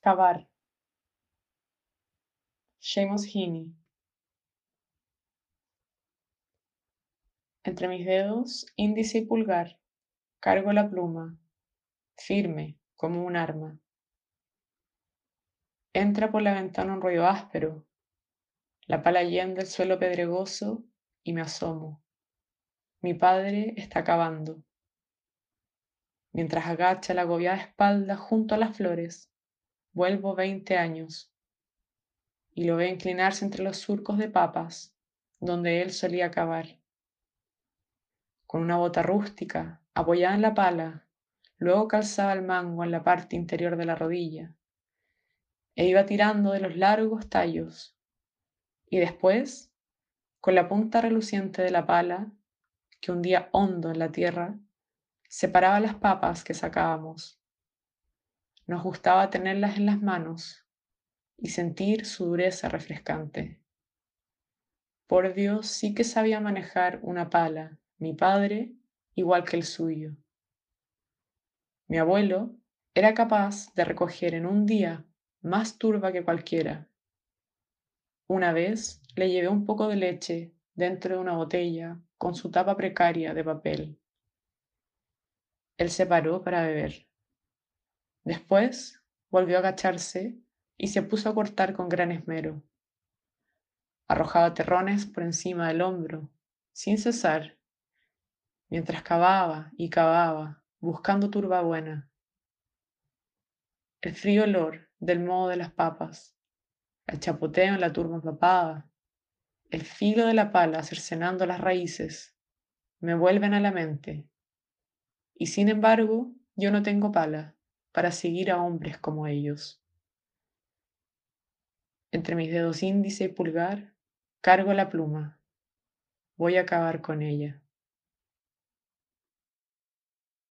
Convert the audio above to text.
Cavar. Seamus Heaney. Entre mis dedos, índice y pulgar, cargo la pluma, firme como un arma. Entra por la ventana un ruido áspero, la pala hiende el suelo pedregoso y me asomo. Mi padre está cavando. Mientras agacha la agobiada espalda junto a las flores, vuelvo 20 años y lo veo inclinarse entre los surcos de papas donde él solía cavar. Con una bota rústica, apoyada en la pala, luego calzaba el mango en la parte interior de la rodilla, e iba tirando de los largos tallos, y después, con la punta reluciente de la pala, que hundía hondo en la tierra, separaba las papas que sacábamos. Nos gustaba tenerlas en las manos y sentir su dureza refrescante. Por Dios, sí que sabía manejar una pala, mi padre, igual que el suyo. Mi abuelo era capaz de recoger en un día más turba que cualquiera. Una vez le llevé un poco de leche dentro de una botella con su tapa precaria de papel. Él se paró para beber. Después volvió a agacharse y se puso a cortar con gran esmero. Arrojaba terrones por encima del hombro, sin cesar, mientras cavaba y cavaba, buscando turba buena. El frío olor del moho de las papas, el chapoteo en la turba empapada, el filo de la pala cercenando las raíces, me vuelven a la mente. Y sin embargo, yo no tengo pala para seguir a hombres como ellos. Entre mis dedos índice y pulgar, cargo la pluma. Voy a acabar con ella.